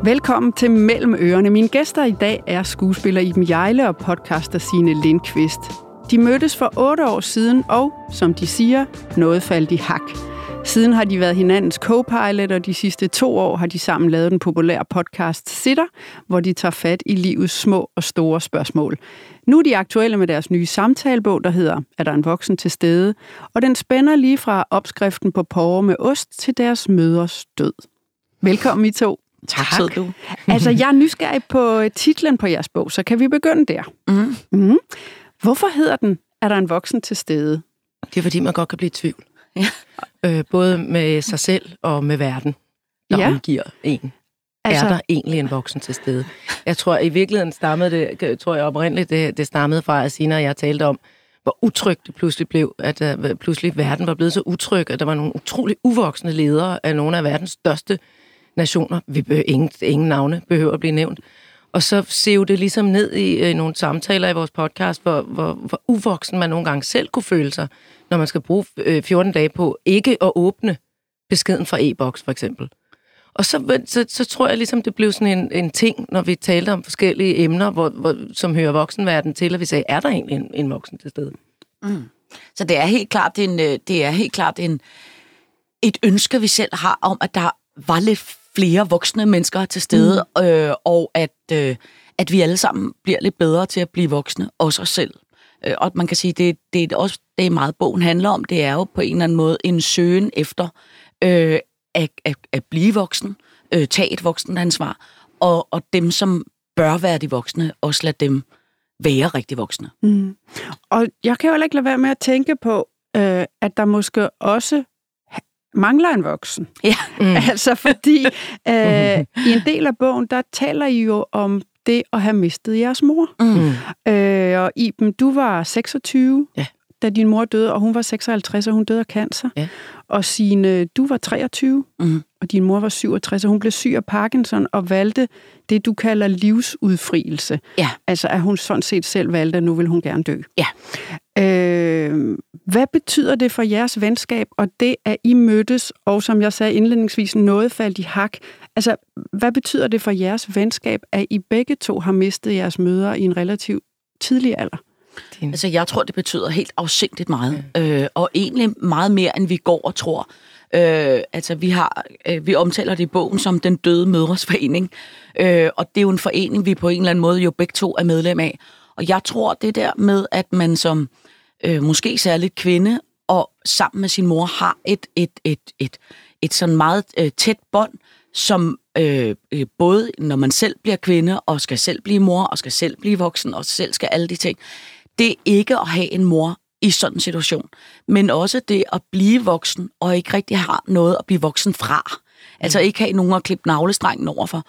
Velkommen til Mellem Ørerne. Mine gæster i dag er skuespiller Iben Hjejle og podcaster Signe Lindqvist. De mødtes for 8 år siden, og som de siger, noget faldt i hak. Siden har de været hinandens co-pilot, og de sidste 2 år har de sammen lavet den populære podcast Sitter, hvor de tager fat i livets små og store spørgsmål. Nu er de aktuelle med deres nye samtalebog, der hedder Er der en voksen til stede? Og den spænder lige fra opskriften på porre med ost til deres mødres død. Velkommen I to. Tak. Du. Altså, jeg er nysgerrig på titlen på jeres bog, så kan vi begynde der. Hvorfor hedder den Er der en voksen til stede? Det er fordi, man godt kan blive i tvivl. Ja. Både med sig selv og med verden, der omgiver en. Altså, er der egentlig en voksen til stede? Jeg tror, i virkeligheden stammede det, oprindeligt, det stammede fra, at Signe og jeg talte om, hvor utrygt det pludselig blev, at pludselig verden var blevet så utryg, at der var nogle utrolig uvoksne ledere af nogle af verdens største nationer. Ingen navne behøver at blive nævnt. Og så ser det ligesom ned i nogle samtaler i vores podcast, hvor uvoksen man nogle gange selv kunne føle sig, når man skal bruge 14 dage på ikke at åbne beskeden fra e-boks, for eksempel. Og så tror jeg ligesom, det blev sådan en ting, når vi talte om forskellige emner, som hører voksenverden til, og vi sagde, er der egentlig en voksen til stede? Så det er helt klart et ønske, vi selv har om, at der var lidt flere voksne mennesker til stede, og at vi alle sammen bliver lidt bedre til at blive voksne, også os selv. Og man kan sige, det er meget bogen handler om, det er jo på en eller anden måde en søgen efter at blive voksen, tage et voksenansvar, og dem, som bør være de voksne, også lade dem være rigtig voksne. Og jeg kan jo ikke lade være med at tænke på, at der måske også mangler en voksen. Ja. Altså fordi i en del af bogen, der taler I jo om det at have mistet jeres mor. Og Iben, du var 26, da din mor døde, og hun var 56, og hun døde af cancer. Ja. Og Signe, du var 23, og din mor var 67, og hun blev syg af Parkinson og valgte det, du kalder livsudfrielse. Ja. Altså, at hun sådan set selv valgte, at nu vil hun gerne dø. Ja. Hvad betyder det for jeres venskab, og det, at I mødtes, og som jeg sagde indledningsvis, noget faldt i hak? Altså, hvad betyder det for jeres venskab, at I begge to har mistet jeres mødre i en relativt tidlig alder? Altså, jeg tror, det betyder helt afsindigt meget. Og egentlig meget mere, end vi går og tror. Altså, vi omtaler det i bogen som Den Døde Mødres Forening. Og det er jo en forening, vi på en eller anden måde jo begge to er medlem af. Og jeg tror, det der med, at man som måske særligt kvinde, og sammen med sin mor, har et sådan meget tæt bånd, som både når man selv bliver kvinde, og skal selv blive mor, og skal selv blive voksen, og selv skal alle de ting, det er ikke at have en mor i sådan en situation, men også det at blive voksen, og ikke rigtig har noget at blive voksen fra. Altså ikke have nogen at klippe navlestrengen overfor.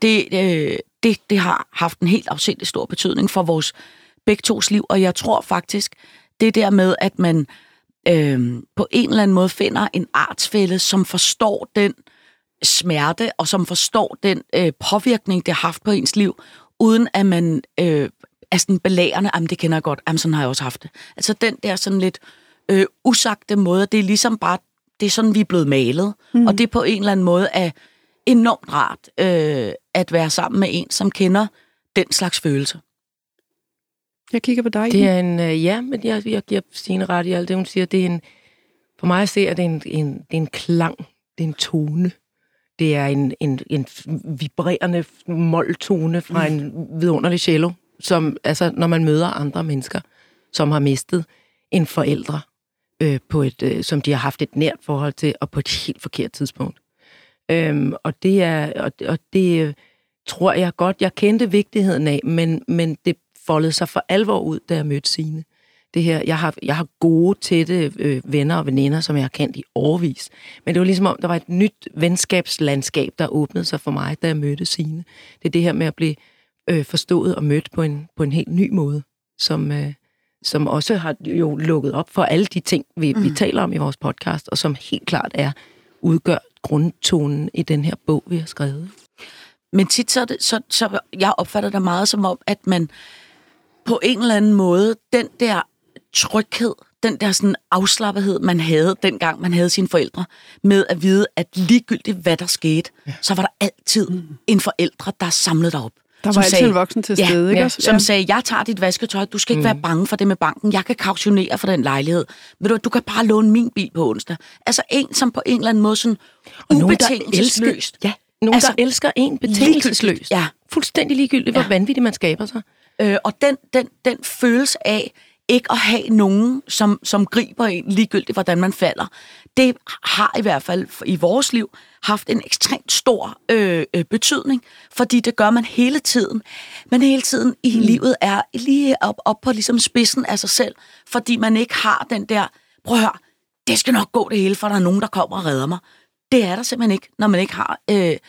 Det har haft en helt afsindig stor betydning for vores begge tos liv, og jeg tror faktisk, det der med, at man på en eller anden måde finder en artsfælle, som forstår den smerte, og som forstår den påvirkning, det har haft på ens liv, uden at man er sådan belærende, jamen det kender jeg godt, jamen sådan har jeg også haft det. Altså den der sådan lidt usagte måde, det er ligesom bare, det er sådan, vi er blevet malet, og det er på en eller anden måde er enormt rart at være sammen med en, som kender den slags følelse. Jeg kigger på dig. Det er men jeg giver Signe ret i alt det, hun siger. Det er for mig at se, at det er en klang, det er en tone. Det er en vibrerende måltone fra en vidunderlig cello, som, altså, når man møder andre mennesker, som har mistet en forældre, som de har haft et nært forhold til, og på et helt forkert tidspunkt. Og det tror jeg godt, jeg kendte vigtigheden af, men det foldede sig for alvor ud, da jeg mødte Signe. Det her, jeg har gode, tætte venner og veninder, som jeg har kendt i årevis. Men det var ligesom om, der var et nyt venskabslandskab, der åbnede sig for mig, da jeg mødte Signe. Det er det her med at blive forstået og mødt på en helt ny måde, som også har jo lukket op for alle de ting, vi taler om i vores podcast, og som helt klart udgør grundtonen i den her bog, vi har skrevet. Men tit så jeg opfatter det meget som om, at man på en eller anden måde, den der tryghed, den der sådan afslappethed, man havde, dengang man havde sine forældre, med at vide, at ligegyldigt hvad der skete, så var der altid en forældre, der samlede dig op. Der var altid en voksen til stede, ikke? Som sagde, jeg tager dit vasketøj, du skal ikke være bange for det med banken, jeg kan kautionere for den lejlighed. Men du kan bare låne min bil på onsdag. Altså en, som på en eller anden måde sådan ubetingelsesløst. Nogen, der elsker en betingelsesløst. Ja. Fuldstændig ligegyldigt, hvor vanvittigt man skaber sig. Og den følelse af ikke at have nogen, som griber en ligegyldigt, hvordan man falder, det har i hvert fald i vores liv haft en ekstremt stor betydning, fordi det gør man hele tiden. Men hele tiden i livet er lige op på ligesom spidsen af sig selv, fordi man ikke har den der, prøv at høre, det skal nok gå det hele, for der er nogen, der kommer og redder mig. Det er der simpelthen ikke, når man ikke har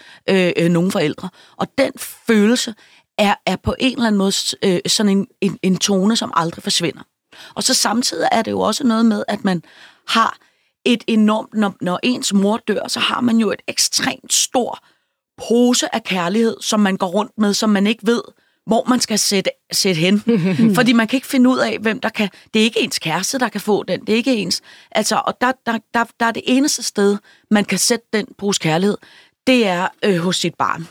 nogen forældre. Og den følelse er på en eller anden måde sådan en tone, som aldrig forsvinder. Og så samtidig er det jo også noget med, at man har et enormt, når ens mor dør, så har man jo et ekstremt stor pose af kærlighed, som man går rundt med, som man ikke ved, hvor man skal sætte hen. Fordi man kan ikke finde ud af, hvem der kan. Det er ikke ens kæreste, der kan få den. Det er ikke ens. Altså, og der er det eneste sted, man kan sætte den pose kærlighed, det er hos sit barn.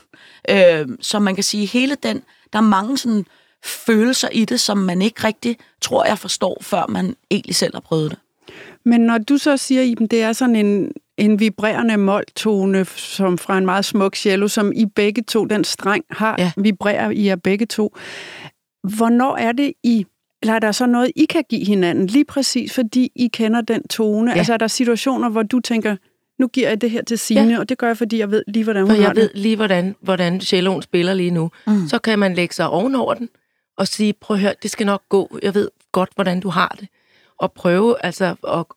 Så man kan sige, hele den, der er mange sådan følelser i det, som man ikke rigtig, tror jeg, forstår, før man egentlig selv har prøvet det. Men når du så siger, Iben, det er sådan en vibrerende måltone, som fra en meget smuk cello, som I begge to, den streng har, vibrerer i jer begge to. Hvornår er det eller er der så noget, I kan give hinanden, lige præcis fordi I kender den tone? Ja. Altså er der situationer, hvor du tænker, nu giver jeg det her til Signe, og det gør jeg, fordi jeg ved lige, hvordan hun gør det. Jeg ved lige, hvordan celloen spiller lige nu. Så kan man lægge sig ovenover den, og sige, prøv at høre, det skal nok gå. Jeg ved godt, hvordan du har det. Og prøve altså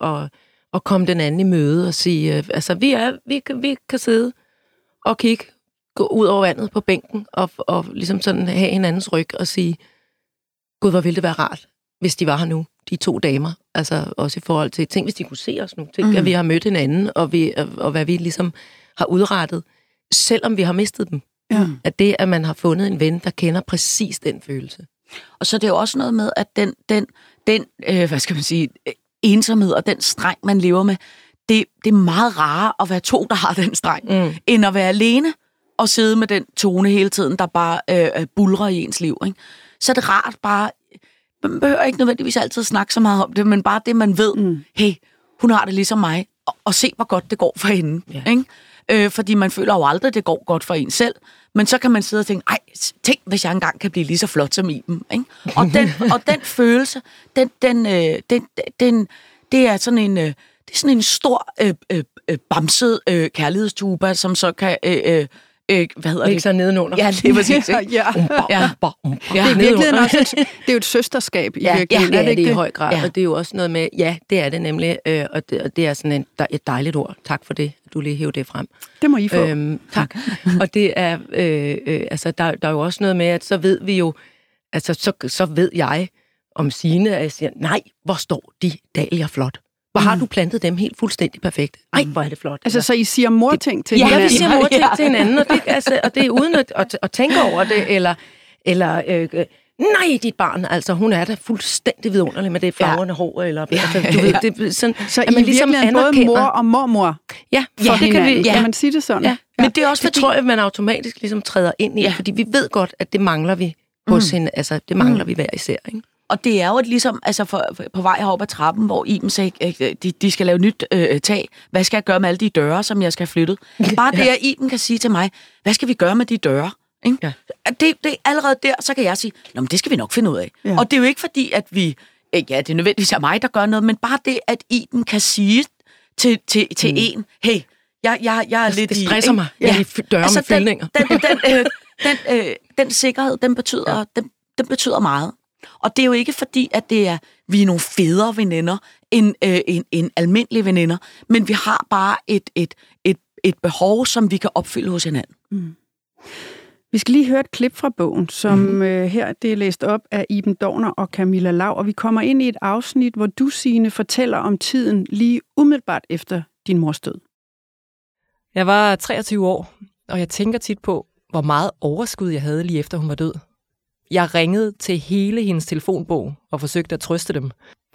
at komme den anden i møde og sige, altså vi kan sidde og gå ud over vandet på bænken og ligesom sådan have hinandens ryg og sige, gud, hvor ville det være rart, hvis de var her nu, de 2 damer. Altså også i forhold til, tænk hvis de kunne se os nu, tænk at vi har mødt hinanden, og hvad vi ligesom har udrettet, selvom vi har mistet dem. Ja. At det, at man har fundet en ven, der kender præcis den følelse. Og så er det jo også noget med, at den hvad skal man sige, ensomhed og den streng, man lever med, det er meget rarere at være 2, der har den streng, end at være alene og sidde med den tone hele tiden, der bare bulrer i ens liv. Ikke? Så er det rart bare, man behøver ikke nødvendigvis altid snakke så meget om det, men bare det, man ved, hey, hun har det ligesom mig, og se, hvor godt det går for hende. Ja. Ikke? Fordi man føler jo aldrig, det går godt for en selv, men så kan man sidde og tænke, tænk, hvis jeg engang kan blive lige så flot som Iben. Ikke? Og den følelse, det er sådan en stor bamset kærlighedstuba, som så kan hvad hedder det? Så nedenunder. Ja, det er præcis. Ja. Det er virkelig også det er jo et søsterskab i virkeligheden. Ja, det er i høj grad, og det er jo også noget med, det er det nemlig, og det er sådan et dejligt ord. Tak for det, du lige hævde det frem. Det må I få. Tak. Og det er, altså der er jo også noget med, at så ved vi jo, altså så ved jeg om Signe, at jeg siger, nej, hvor står de dahlier flot. Hvor har du plantet dem helt fuldstændig perfekt? Ej, hvor er det flot. Altså, så I siger morting til hinanden? Ja, vi siger morting til hinanden, og det er uden at tænke over det, eller nej, dit barn, altså, hun er da fuldstændig vidunderlig med det farverne hår, eller altså, du ved, det sådan, så at man ligesom både mor og mormor for hinanden. Kan man sige det sådan? Ja. Men det er også, det tror jeg, man automatisk ligesom træder ind i, fordi vi ved godt, at det mangler vi hos hende, altså, det mangler vi hver især, ikke? Og det er jo ligesom, altså på vej heroppe ad trappen, hvor Iben sagde, de skal lave nyt tag. Hvad skal jeg gøre med alle de døre, som jeg skal have flyttet? Bare det, at Iben kan sige til mig, hvad skal vi gøre med de døre? Ikke? Ja. Det allerede der, så kan jeg sige, men det skal vi nok finde ud af. Ja. Og det er jo ikke fordi, at vi, det er nødvendigvis er mig, der gør noget, men bare det, at Iben kan sige til en, hey, jeg er lidt i... Det stresser mig, i døre med fyldninger. Den sikkerhed, den betyder meget. Og det er jo ikke fordi, at vi er nogle federe veninder end almindelige veninder, men vi har bare et behov, som vi kan opfylde hos hinanden. Vi skal lige høre et klip fra bogen, som her det er læst op af Iben Dorner og Camilla Lau, og vi kommer ind i et afsnit, hvor du, Signe, fortæller om tiden lige umiddelbart efter din mors død. Jeg var 23 år, og jeg tænker tit på, hvor meget overskud jeg havde lige efter hun var død. Jeg ringede til hele hendes telefonbog og forsøgte at trøste dem.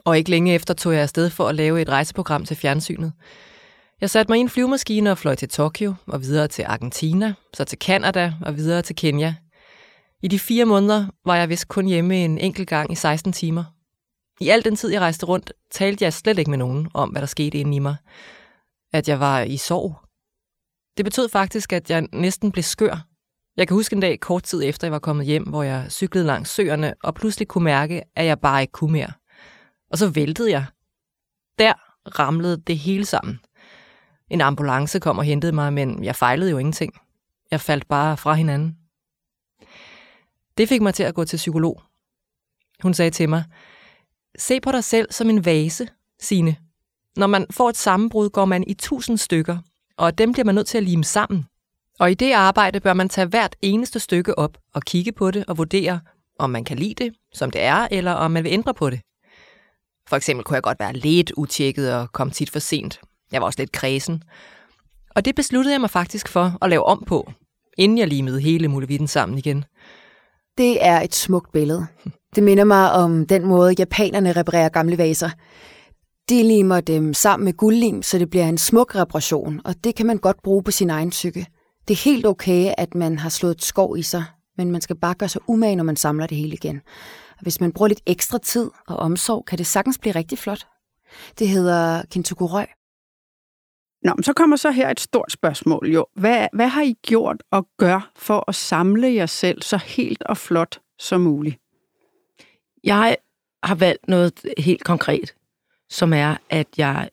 Og ikke længe efter tog jeg afsted for at lave et rejseprogram til fjernsynet. Jeg satte mig i en flyvemaskine og fløj til Tokyo og videre til Argentina, så til Canada og videre til Kenya. I de 4 måneder var jeg vist kun hjemme en enkelt gang i 16 timer. I al den tid, jeg rejste rundt, talte jeg slet ikke med nogen om, hvad der skete inde i mig. At jeg var i sorg. Det betød faktisk, at jeg næsten blev skør. Jeg kan huske en dag kort tid efter, jeg var kommet hjem, hvor jeg cyklede langs søerne og pludselig kunne mærke, at jeg bare ikke kunne mere. Og så væltede jeg. Der ramlede det hele sammen. En ambulance kom og hentede mig, men jeg fejlede jo ingenting. Jeg faldt bare fra hinanden. Det fik mig til at gå til psykolog. Hun sagde til mig, se på dig selv som en vase, Signe. Når man får et sammenbrud, går man i 1000 stykker, og dem bliver man nødt til at lime sammen. Og i det arbejde bør man tage hvert eneste stykke op og kigge på det og vurdere, om man kan lide det, som det er, eller om man vil ændre på det. For eksempel kunne jeg godt være lidt utjekket og komme tit for sent. Jeg var også lidt kræsen. Og det besluttede jeg mig faktisk for at lave om på, inden jeg limede hele mulevitten sammen igen. Det er et smukt billede. Det minder mig om den måde, japanerne reparerer gamle vaser. De limer dem sammen med guldlim, så det bliver en smuk reparation, og det kan man godt bruge på sin egen psyke. Det er helt okay, at man har slået et skov i sig, men man skal bare gøre sig umage, når man samler det hele igen. Og hvis man bruger lidt ekstra tid og omsorg, kan det sagtens blive rigtig flot. Det hedder kintsukuroi. Nå, men så kommer så her et stort spørgsmål jo. Hvad har I gjort og gør for at samle jer selv så helt og flot som muligt? Jeg har valgt noget helt konkret, som er, at jeg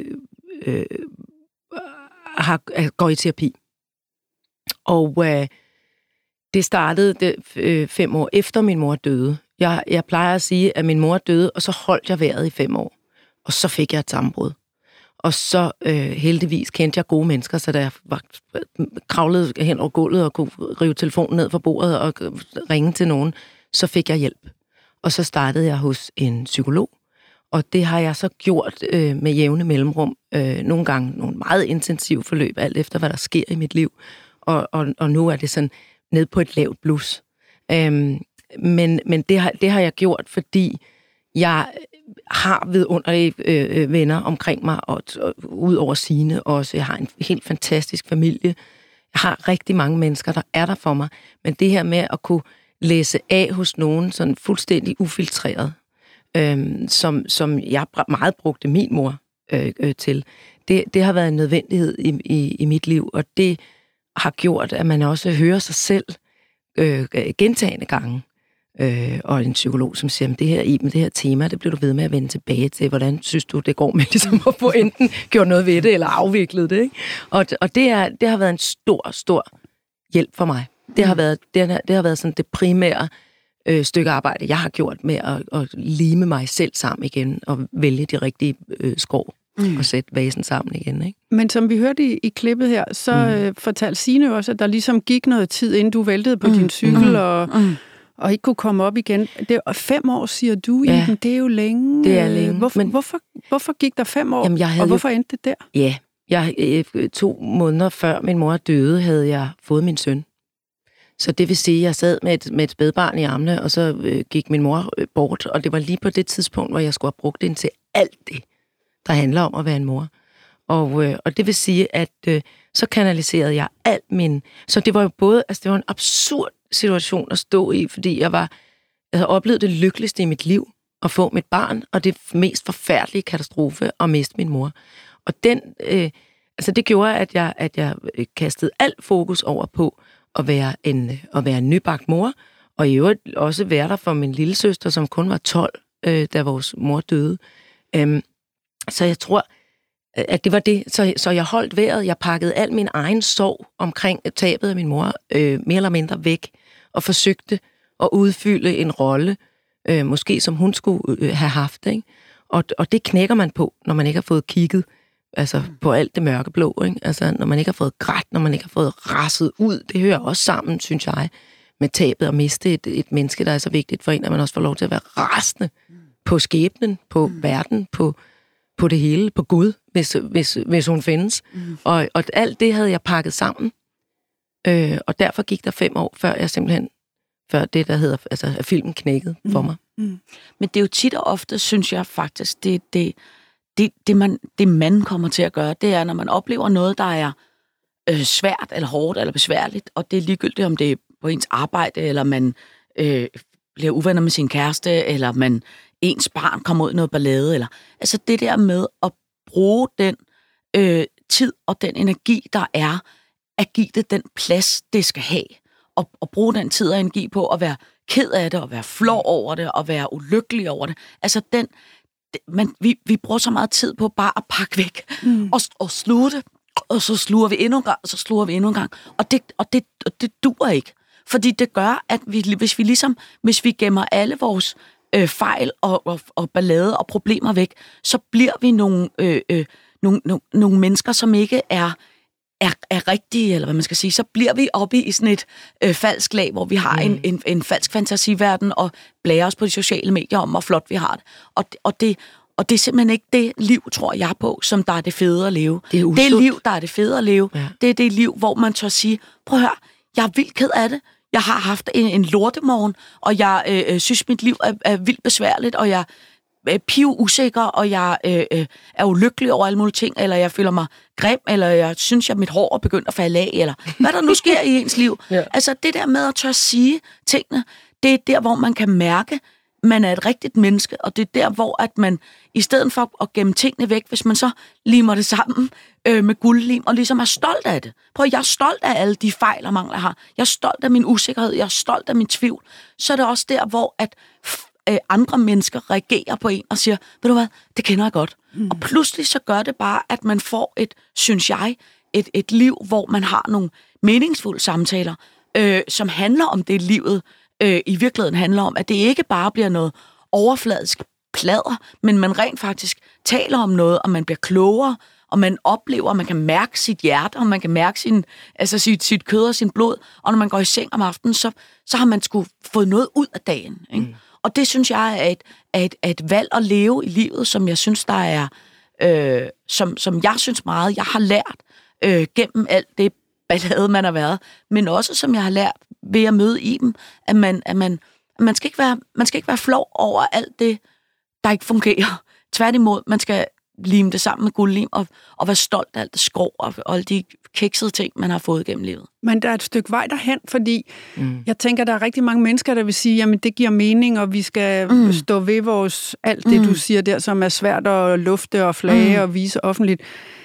går i terapi. Og det startede 5 år efter min mor døde. Jeg plejer at sige, at min mor døde, og så holdt jeg vejret i 5 år. Og så fik jeg et sammenbrud. Og så heldigvis kendte jeg gode mennesker, så da jeg kravlede hen over gulvet og kunne rive telefonen ned fra bordet og ringe til nogen, så fik jeg hjælp. Og så startede jeg hos en psykolog, og det har jeg så gjort med jævne mellemrum. Nogle gange nogle meget intensive forløb, alt efter hvad der sker i mit liv. Og nu er det sådan ned på et lavt blus. Men det har jeg gjort, fordi jeg har vidunderlige venner omkring mig, og ud over Signe også. Jeg har en helt fantastisk familie. Jeg har rigtig mange mennesker, der er der for mig. Men det her med at kunne læse af hos nogen sådan fuldstændig ufiltreret, som jeg meget brugte min mor til, det har været en nødvendighed i mit liv, og det har gjort, at man også hører sig selv gentagende gange. Og en psykolog, som siger, det her tema, det bliver du ved med at vende tilbage til. Hvordan synes du, det går med ligesom at få enten gjort noget ved det, eller afviklet det, ikke? Og det har været en stor hjælp for mig. Det har været sådan det primære stykke arbejde, jeg har gjort med at lime mig selv sammen igen, og vælge de rigtige skår, og sætte vasen sammen igen, ikke? Men som vi hørte i klippet her, så fortalte Signe også, at der ligesom gik noget tid, inden du væltede på din cykel, og ikke kunne komme op igen. Det er 5 år, siger du, ja. Jamen, det er jo længe. Det er længe. Hvorfor gik der 5 år, jamen, og hvorfor endte det der? Ja, 2 måneder før min mor døde, havde jeg fået min søn. Så det vil sige, at jeg sad med et spædbarn i armene, og så gik min mor bort, og det var lige på det tidspunkt, hvor jeg skulle have brugt den til alt det, der handler om at være en mor. Og det vil sige, at så kanaliserede jeg alt min... Så det var jo både... Altså, det var en absurd situation at stå i, fordi jeg havde oplevet det lykkeligste i mit liv, at få mit barn, og det mest forfærdelige katastrofe at miste min mor. Og det gjorde, at jeg kastede alt fokus over på at være en nybagt mor, og i øvrigt også være der for min lille søster, som kun var 12, da vores mor døde. Så jeg tror, at det var det. Så jeg holdt vejret, jeg pakkede al min egen sorg omkring tabet af min mor mere eller mindre væk, og forsøgte at udfylde en rolle, måske som hun skulle have haft, ikke? Og det knækker man på, når man ikke har fået kigget på alt det mørkeblå, ikke? Altså, når man ikke har fået grædt, når man ikke har fået rasset ud. Det hører også sammen, synes jeg, med tabet og miste et menneske, der er så vigtigt for en, at man også får lov til at være rasende på skæbnen, på verden, på det hele, på Gud, hvis hun findes. Og alt det havde jeg pakket sammen. Og derfor gik der 5 år, før jeg simpelthen før det, der hedder, altså at filmen knækkede for mig. Men det er jo tit og ofte, synes jeg faktisk, det man kommer til at gøre, det er, når man oplever noget, der er svært eller hårdt eller besværligt, og det er ligegyldigt, om det er på ens arbejde, eller man bliver uvenner med sin kæreste, eller ens barn kommer ud i noget ballade, eller altså det der med at bruge den tid og den energi, der er, at give det den plads, det skal have, og bruge den tid og energi på at være ked af det, og være flov over det, og være ulykkelig over det. Altså vi bruger så meget tid på bare at pakke væk, og sluge det, og så sluger vi endnu en gang, og så sluger vi endnu en gang. Og det dur ikke. Fordi det gør, at hvis vi gemmer alle vores fejl og ballade og problemer væk, så bliver vi nogle mennesker, som ikke er rigtige, eller hvad man skal sige. Så bliver vi oppe i sådan et falsk lag, hvor vi har en falsk fantasiverden, og blærer os på de sociale medier om, hvor flot vi har det. Og det er simpelthen ikke det liv, tror jeg på, som der er det fede at leve. Det liv, der er det fede at leve, det er det liv, hvor man tør sige, prøv at høre, jeg er vildt ked af det. Jeg har haft en lortemorgen, og jeg synes, mit liv er vildt besværligt, og jeg er usikker, og jeg er ulykkelig over alle mulige ting, eller jeg føler mig grim, eller jeg synes, at mit hår er begyndt at falde af, eller hvad der nu sker i ens liv. Ja. Altså det der med at tør sige tingene, det er der, hvor man kan mærke, man er et rigtigt menneske, og det er der, hvor at man, i stedet for at gemme tingene væk, hvis man så limer det sammen med guldlim, og ligesom er stolt af det. Prøv, jeg er stolt af alle de fejl og mangler, jeg har. Jeg er stolt af min usikkerhed, jeg er stolt af min tvivl. Så er det også der, hvor at andre mennesker reagerer på en og siger, ved du hvad, det kender jeg godt. Og pludselig så gør det bare, at man får et liv, hvor man har nogle meningsfulde samtaler, som handler om det, livet i virkeligheden handler om, at det ikke bare bliver noget overfladisk pladder, men man rent faktisk taler om noget, og man bliver klogere, og man oplever, og man kan mærke sit hjerte, og man kan mærke sit kød og sin blod, og når man går i seng om aftenen, så har man sgu fået noget ud af dagen. Ikke? Og det synes jeg er et valg at leve i livet, som jeg synes, der er, som jeg synes meget, jeg har lært gennem alt det ballade, man har været, men også som jeg har lært ved at møde i dem, at man skal ikke være flov over alt det, der ikke fungerer. Tværtimod, man skal lime det sammen med guldlim og være stolt af alt det skrå og alle de kiksede ting, man har fået gennem livet. Men der er et stykke vej derhen, fordi jeg tænker, der er rigtig mange mennesker, der vil sige, jamen det giver mening, og vi skal stå ved vores alt det, du siger der, som er svært at lufte og flage og vise offentligt.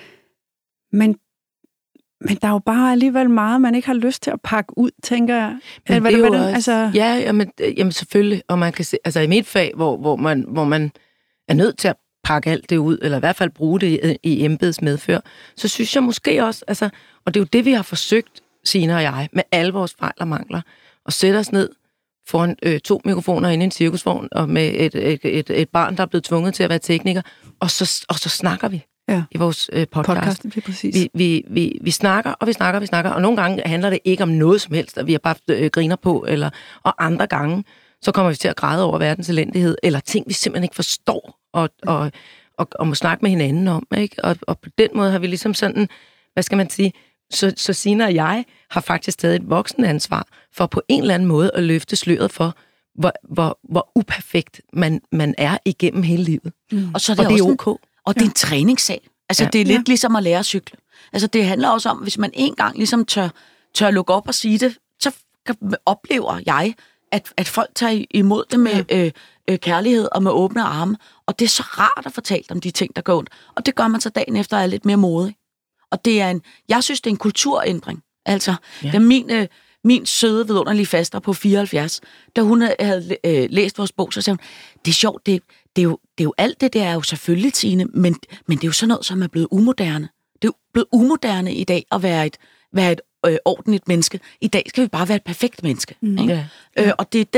Men der er jo bare alligevel meget, man ikke har lyst til at pakke ud, tænker jeg. Men det er jo også, jamen selvfølgelig, og man kan se, altså i mit fag, hvor man er nødt til at pakke alt det ud, eller i hvert fald bruge det i embeds medfør, så synes jeg måske også, altså, og det er jo det, vi har forsøgt, Signe og jeg, med alle vores fejl og mangler, at sætte os ned foran 2 mikrofoner inde i en cirkusvogn, og med et barn, der er blevet tvunget til at være tekniker, og så snakker vi. Ja. I vores podcast. Det er præcis. Vi snakker, og nogle gange handler det ikke om noget som helst, og vi har bare griner på, og andre gange, så kommer vi til at græde over verdens elendighed, eller ting, vi simpelthen ikke forstår, og må snakke med hinanden om, ikke? Og på den måde har vi ligesom sådan, hvad skal man sige, så Signe og jeg har faktisk taget et voksenansvar for på en eller anden måde at løfte sløret for, hvor uperfekt man er igennem hele livet. Og så er det også OK. Og det er en træningssag. Altså, det er lidt ligesom at lære at cykle. Altså, det handler også om, hvis man en gang ligesom tør lukke op og sige det, så oplever jeg, at folk tager imod det med kærlighed og med åbne arme. Og det er så rart at fortælle om de ting, der går ondt. Og det gør man så dagen efter, er lidt mere modig. Og jeg synes, det er en kulturændring. Altså, da min søde, vidunderlige faster på 74, da hun havde læst vores bog, så sagde hun, det er sjovt, det er jo alt det der er jo selvfølgelig, Tine, men det er jo sådan noget, som er blevet umoderne. Det er jo blevet umoderne i dag at være et ordentligt menneske. I dag skal vi bare være et perfekt menneske. Ikke? Og det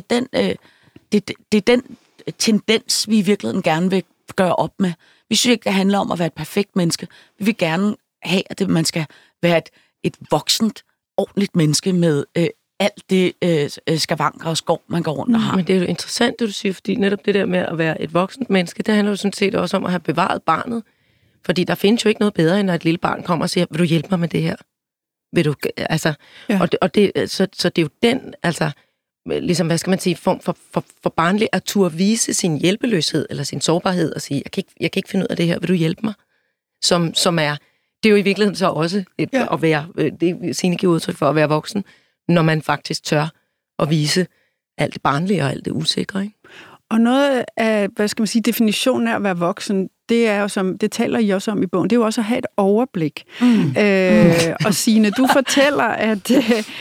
er den tendens, vi i virkeligheden gerne vil gøre op med. Vi synes ikke, det handler om at være et perfekt menneske. Vi vil gerne have, at man skal være et voksent, ordentligt menneske med alt det skavanker og skov, man går rundt og har. Men det er jo interessant, det du siger, fordi netop det der med at være et voksent menneske, det handler jo sådan set også om at have bevaret barnet. Fordi der findes jo ikke noget bedre, end når et lille barn kommer og siger, vil du hjælpe mig med det her? Vil du, altså, så det er jo den, altså, ligesom, hvad skal man sige, form for barnlig at turde vise sin hjælpeløshed eller sin sårbarhed og sige, jeg kan ikke finde ud af det her, vil du hjælpe mig? Som er, det er jo i virkeligheden så også at være, det Signe giver udtryk for at være voksen, når man faktisk tør at vise alt det barnlige og alt det usikre, ikke? Og noget af, hvad skal man sige, definitionen af at være voksen, det er jo som, det taler I også om i bogen, det er jo også at have et overblik. Og Signe, du fortæller at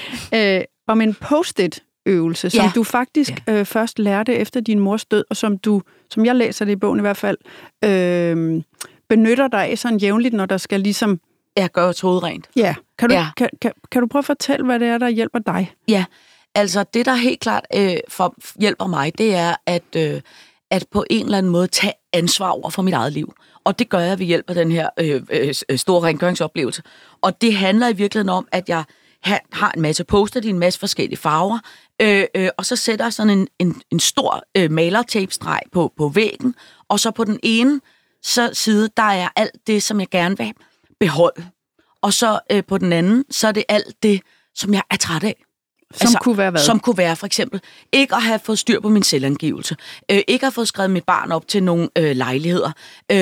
om en post-it-øvelse, som du faktisk først lærte efter din mors død, og som jeg læser det i bogen i hvert fald, benytter dig af sådan jævnligt, når der skal ligesom... Ja, gøre hovedet rent. Ja. Kan du prøve at fortælle, hvad det er, der hjælper dig? Ja, altså det, der helt klart hjælper mig, det er at på en eller anden måde tage ansvar over for mit eget liv. Og det gør jeg ved hjælp af den her store rengøringsoplevelse. Og det handler i virkeligheden om, at jeg har en masse post-it i en masse forskellige farver, og så sætter jeg sådan en stor malertapestreg på væggen, og så på den ene side, der er alt det, som jeg gerne vil beholde. Og så på den anden, så er det alt det, som jeg er træt af. Kunne være hvad? Som kunne være for eksempel ikke at have fået styr på min selvangivelse, ikke at have fået skrevet mit barn op til nogle lejligheder,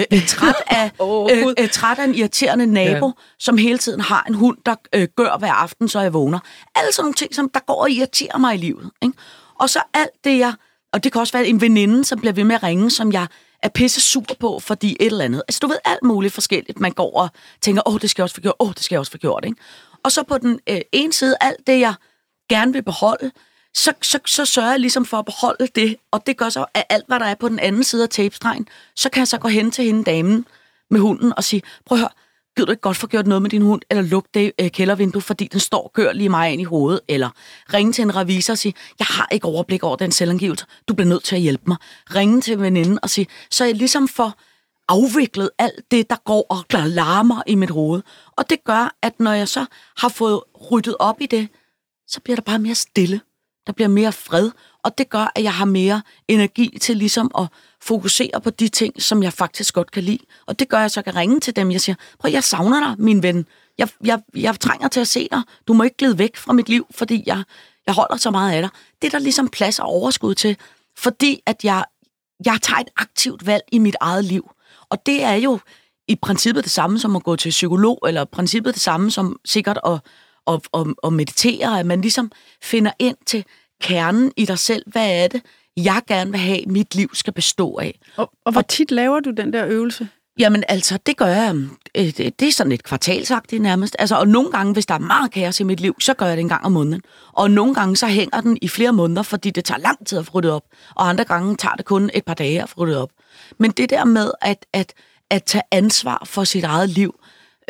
træt af en irriterende nabo, som hele tiden har en hund, der gør hver aften, så jeg vågner. Alle sådan nogle ting, som der går og irriterer mig i livet. Ikke? Og så alt det, og det kan også være en veninde, som bliver ved med at ringe, som jeg er pisse sur på, fordi et eller andet. Altså du ved, alt muligt forskelligt. Man går og tænker, det skal jeg også få gjort, det skal jeg også få gjort. Ikke? Og så på den ene side, alt det, jeg gerne vil beholde, så sørger jeg ligesom for at beholde det, og det gør så, at alt, hvad der er på den anden side af tapestregen, så kan jeg så gå hen til hende damen med hunden og sige, prøv at høre, gider du ikke godt få gjort noget med din hund, eller lukke det kældervindue, fordi den står og gør lige mig ind i hovedet, eller ringe til en revisor og sige, jeg har ikke overblik over den selvangivelse, du bliver nødt til at hjælpe mig. Ringe til veninden og sige, så jeg ligesom får afviklet alt det, der går og larmer i mit hoved. Og det gør, at når jeg så har fået ryddet op i det, så bliver der bare mere stille. Der bliver mere fred, og det gør, at jeg har mere energi til ligesom at fokusere på de ting, som jeg faktisk godt kan lide. Og det gør, at jeg så kan ringe til dem. Jeg siger, prøv, jeg savner dig, min ven. Jeg trænger til at se dig. Du må ikke glide væk fra mit liv, fordi jeg holder så meget af dig. Det er der ligesom plads og overskud til, fordi at jeg tager et aktivt valg i mit eget liv. Og det er jo i princippet det samme som at gå til psykolog, eller i princippet det samme som sikkert at meditere, at man ligesom finder ind til kernen i dig selv. Hvad er det, jeg gerne vil have, mit liv skal bestå af? Og hvor tit laver du den der øvelse? Jamen altså, det gør jeg. Det er sådan et kvartalsagtigt nærmest. Altså, og nogle gange, hvis der er meget kaos i mit liv, så gør jeg det en gang om måneden. Og nogle gange, så hænger den i flere måneder, fordi det tager lang tid at få ryddet op. Og andre gange tager det kun et par dage at få ryddet op. Men det der med at tage ansvar for sit eget liv,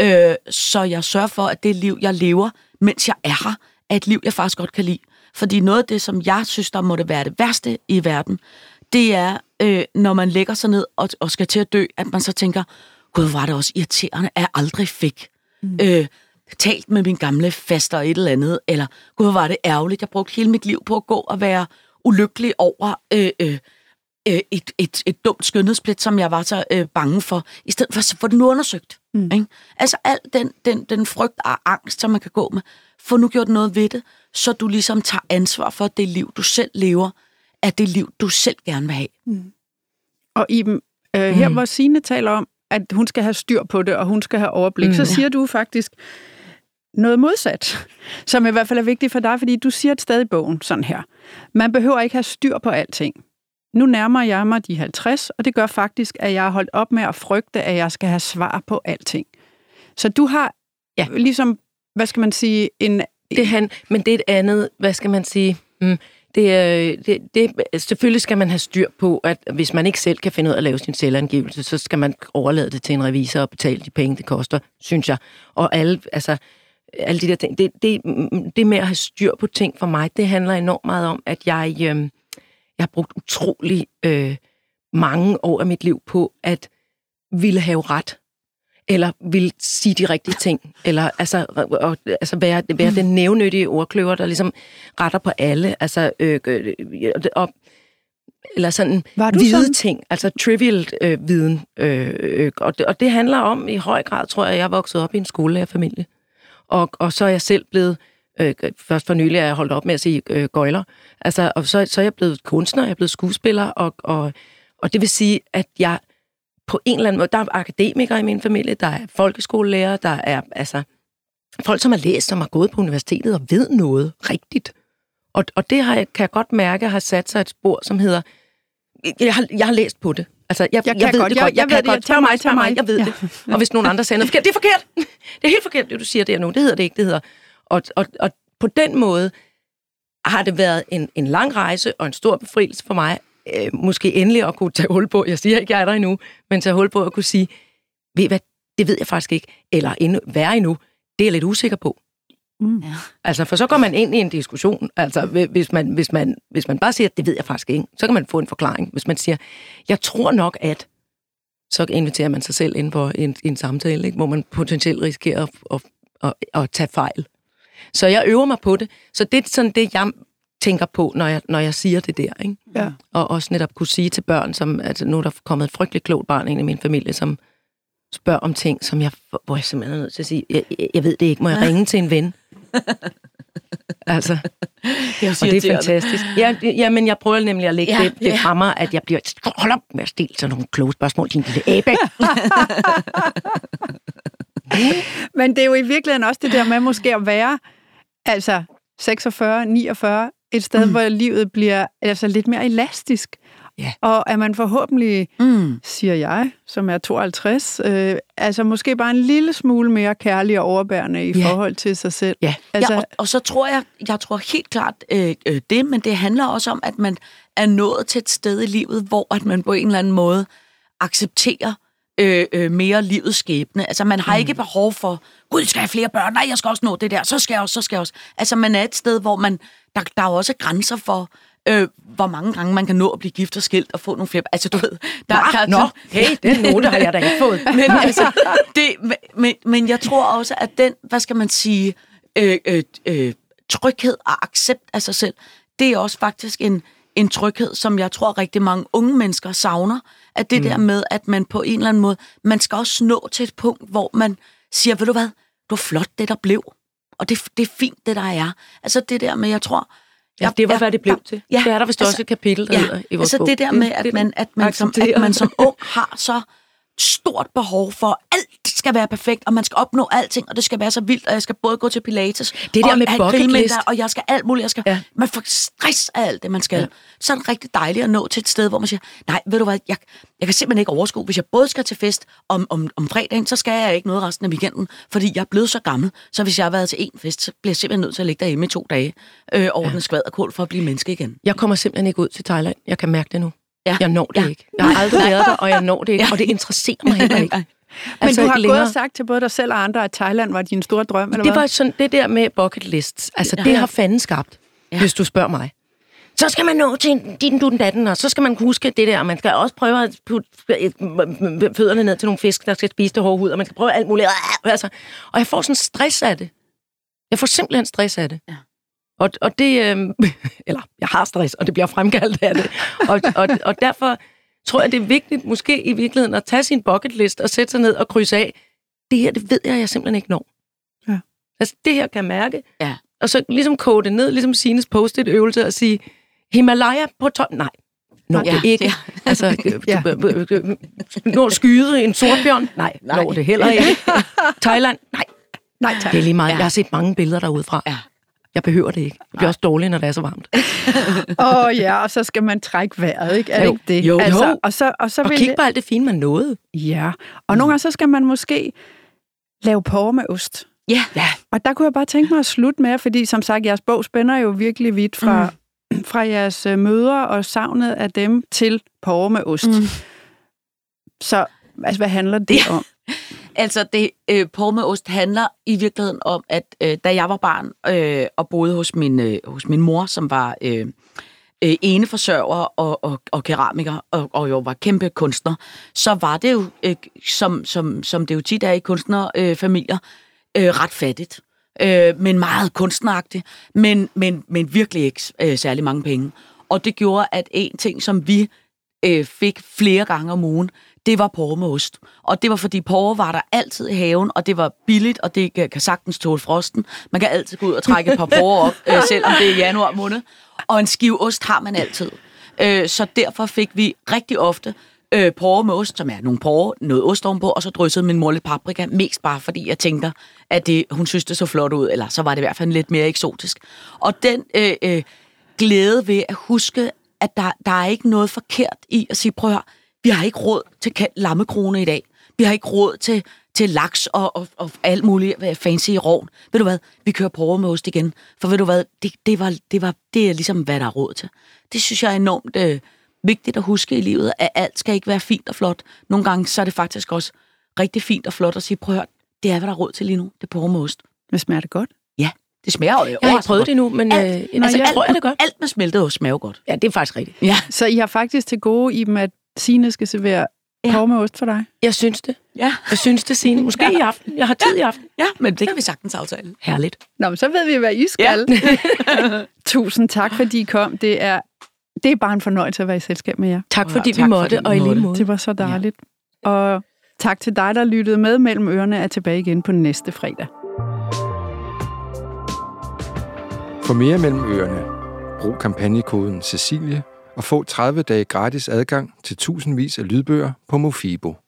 så jeg sørger for, at det liv, jeg lever, mens jeg er her, er et liv, jeg faktisk godt kan lide. Fordi noget af det, som jeg synes, der måtte være det værste i verden, det er, når man lægger sig ned og skal til at dø, at man så tænker, gud, var det også irriterende, at jeg aldrig fik talt med min gamle faster et eller andet, eller gud, var det ærgerligt, jeg brugte hele mit liv på at gå og være ulykkelig over et dumt skønhedsplet, som jeg var så bange for, i stedet for at få den undersøgt. Ikke? Altså al den frygt og angst, som man kan gå med, få nu gjort noget ved det, så du ligesom tager ansvar for, at det liv, du selv lever, er det liv, du selv gerne vil have. Og Iben, her hvor Signe taler om, at hun skal have styr på det, og hun skal have overblik, så siger du faktisk noget modsat, som i hvert fald er vigtigt for dig, fordi du siger et sted i bogen sådan her. Man behøver ikke have styr på alting. Nu nærmer jeg mig de 50, og det gør faktisk, at jeg har holdt op med at frygte, at jeg skal have svar på alting. Så du har ligesom, hvad skal man sige, men det er et andet, hvad skal man sige, selvfølgelig skal man have styr på, at hvis man ikke selv kan finde ud af at lave sin selvangivelse, så skal man overlade det til en revisor og betale de penge, det koster, synes jeg. Og alle de der ting, det med at have styr på ting for mig, det handler enormt meget om, at jeg har brugt utrolig mange år af mit liv på at ville have ret, eller ville sige de rigtige ting, eller være den nævnyttige ordkløver, der ligesom retter på alle, eller sådan hvide ting, altså trivial viden. Og det handler om i høj grad, tror jeg er vokset op i en skolelærerfamilie. Og så er jeg selv blevet Først for nylig er jeg holdt op med at sige gøjler. Altså, og så er jeg blevet kunstner, jeg er blevet skuespiller, og det vil sige, at jeg på en eller anden måde, der er akademikere i min familie, der er folkeskolelærer, der er altså folk, som har læst, som har gået på universitetet og ved noget rigtigt. Og det kan jeg godt mærke, har sat sig et spor, som hedder, jeg har læst på det. Altså, jeg ved det godt. Jeg ved det. Tag mig. Jeg ved det. Og hvis nogen andre siger noget forkert, det er forkert. Det er helt forkert, det du siger der nu. Det hedder det ikke, det hedder. Og på den måde har det været en lang rejse og en stor befrielse for mig, måske endelig at kunne tage hul på, jeg siger ikke, jeg er der endnu, men tage hul på at kunne sige, ved hvad, det ved jeg faktisk ikke, eller værre endnu, det er jeg lidt usikker på. Ja. Altså, for så går man ind i en diskussion. Altså, hvis man bare siger, det ved jeg faktisk ikke, så kan man få en forklaring. Hvis man siger, jeg tror nok, at så inviterer man sig selv ind på en samtale, ikke? Hvor man potentielt risikerer at tage fejl. Så jeg øver mig på det. Så det er sådan det, jeg tænker på, når jeg siger det der. Ikke? Ja. Og også netop kunne sige til børn, som, altså nu er der kommet et frygteligt klogt barn ind i min familie, som spørger om ting, hvor jeg simpelthen er nødt til at sige, jeg ved det ikke, må jeg ringe til en ven? Altså, og det er fantastisk. Ja, men jeg prøver nemlig at lægge det fra mig, at jeg bliver, hold op med at stille sådan nogle kloge spørgsmål, din lille æbe. Men det er jo i virkeligheden også det der med måske at være, altså 46, 49, et sted, hvor livet bliver altså lidt mere elastisk. Yeah. Og er man forhåbentlig, siger jeg, som er 52, altså måske bare en lille smule mere kærlig og overbærende i forhold til sig selv. Yeah. Altså, ja, og så tror jeg tror helt klart det, men det handler også om, at man er nået til et sted i livet, hvor at man på en eller anden måde accepterer mere livets skæbne. Altså man har ikke behov for, gud, skal jeg have flere børn? Nej, jeg skal også nå det der. Så skal jeg også. Altså man er et sted, hvor der er også grænser for, hvor mange gange man kan nå at blive gift og skilt og få nogle flere. Altså du ved, den note har jeg da ikke fået. Men, altså, men jeg tror også, at den, hvad skal man sige, tryghed og accept af sig selv, det er også faktisk en tryghed, som jeg tror rigtig mange unge mennesker savner, at det der med, at man på en eller anden måde, man skal også nå til et punkt, hvor man siger, ved du hvad, det var flot, det der blev, og det er fint, det der er. Altså det der med, jeg tror... Ja, det var, hvad det blev til. Ja, det er der vist også et kapitel, der hedder i vores bog. Det der med, at man som ung har så stort behov for, alt skal være perfekt, og man skal opnå alting, og det skal være så vildt, og jeg skal både gå til Pilates, det der med bucket list, og jeg skal alt muligt, man får stress af alt det, man skal. Så er det rigtig dejligt at nå til et sted, hvor man siger, nej, ved du hvad, jeg kan simpelthen ikke overskue, hvis jeg både skal til fest om fredagen, så skal jeg ikke noget resten af weekenden, fordi jeg er blevet så gammel, så hvis jeg har været til en fest, så bliver jeg simpelthen nødt til at ligge derhjemme i 2 dage over den skvaderkål for at blive menneske igen. Jeg kommer simpelthen ikke ud til Thailand. Jeg kan mærke det nu. Ja. Jeg når det ikke. Jeg har aldrig været der, og jeg når det ikke, og det interesserer mig heller ikke. Men du har gået og sagt til både dig selv og andre, at Thailand var din store drøm, eller hvad? Det var sådan det der med bucket lists. Altså, det har fanden skabt, hvis du spørger mig. Så skal man nå til din datten, og så skal man huske det der, og man skal også prøve at putte fødderne ned til nogle fisk, der skal spise det hårde hud, og man skal prøve alt muligt. Altså, og jeg får sådan stress af det. Jeg får simpelthen stress af det. Ja. Og det, eller jeg har stress, og det bliver fremkaldt af det. Og derfor tror jeg, det er vigtigt måske i virkeligheden at tage sin bucket list og sætte sig ned og krydse af. Det her, det ved jeg simpelthen ikke når. Ja. Altså det her kan jeg mærke. Ja. Og så ligesom kode det ned, ligesom Sines post-it øvelse og sige, Himalaya på top. Nej, når det ikke. Ja. Altså, når skyde en sortbjørn. Nej, når det heller ikke. Thailand. Nej, tak. Det er lige meget. Jeg har set mange billeder derudefra. Ja. Jeg behøver det ikke. Det bliver også dårligt, når det er så varmt. Og så skal man trække vejret, ikke? Er det ikke det? Jo. Og kigge på alt det fine, man nåede. Ja, og nogle gange så skal man måske lave porre med ost. Ja. Og der kunne jeg bare tænke mig at slutte med, fordi som sagt, jeres bog spænder jo virkelig vidt fra jeres mødre og savnet af dem til porre med ost. Så altså, hvad handler det om? Altså, porre med ost handler i virkeligheden om, at da jeg var barn og boede hos min mor, som var eneforsørger og keramiker, og jo var kæmpe kunstner, så var det jo, som det jo tit er i kunstnerfamilier, ret fattigt. Men meget kunstneragtigt, men virkelig ikke særlig mange penge. Og det gjorde, at en ting, som vi fik flere gange om ugen, det var porre med ost. Og det var, fordi porre var der altid i haven, og det var billigt, og det kan sagtens tåle frosten. Man kan altid gå ud og trække et par porre op, selvom det er januar måned. Og en skive ost har man altid. Så derfor fik vi rigtig ofte porre med ost, som er nogle porre, noget ost ovenpå, og så dryssede min mor lidt paprika, mest bare fordi jeg tænkte, at hun synes, det så flot ud, eller så var det i hvert fald lidt mere eksotisk. Og den glæde ved at huske, at der er ikke noget forkert i at sige, prøv at høre, vi har ikke råd til lammekrone i dag. Vi har ikke råd til laks og alt muligt fancy i rovn. Ved du hvad? Vi kører porre med ost igen. For ved du hvad? Det er ligesom, hvad der er råd til. Det synes jeg er enormt vigtigt at huske i livet, at alt skal ikke være fint og flot. Nogle gange så er det faktisk også rigtig fint og flot at sige, prøv at høre, det er, hvad der er råd til lige nu. Det er porre med ost. Hvad smager det godt? Ja, det smager jo. Jeg har ikke prøvet det nu, men jeg tror, det er godt. Alt med smeltet ost smager godt. Ja, det er faktisk rigtigt. Ja. Så I har faktisk til gode, Iben, at Signe skal servere porre med ost for dig? Jeg synes det. Ja. Jeg synes det, Signe. Måske i aften. Jeg har tid i aften. Ja, men det kan vi sagtens aftale. Herligt. Nå, men så ved vi, hvad I skal. Ja. Tusind tak, fordi I kom. Det er bare en fornøjelse at være i selskab med jer. Tak fordi vi måtte, og i lige måde. Det var så dejligt. Ja. Og tak til dig, der lyttede med. Mellem ørerne er tilbage igen på næste fredag. For mere Mellem ørerne, brug kampagnekoden Cecilie og få 30 dage gratis adgang til tusindvis af lydbøger på Mofibo.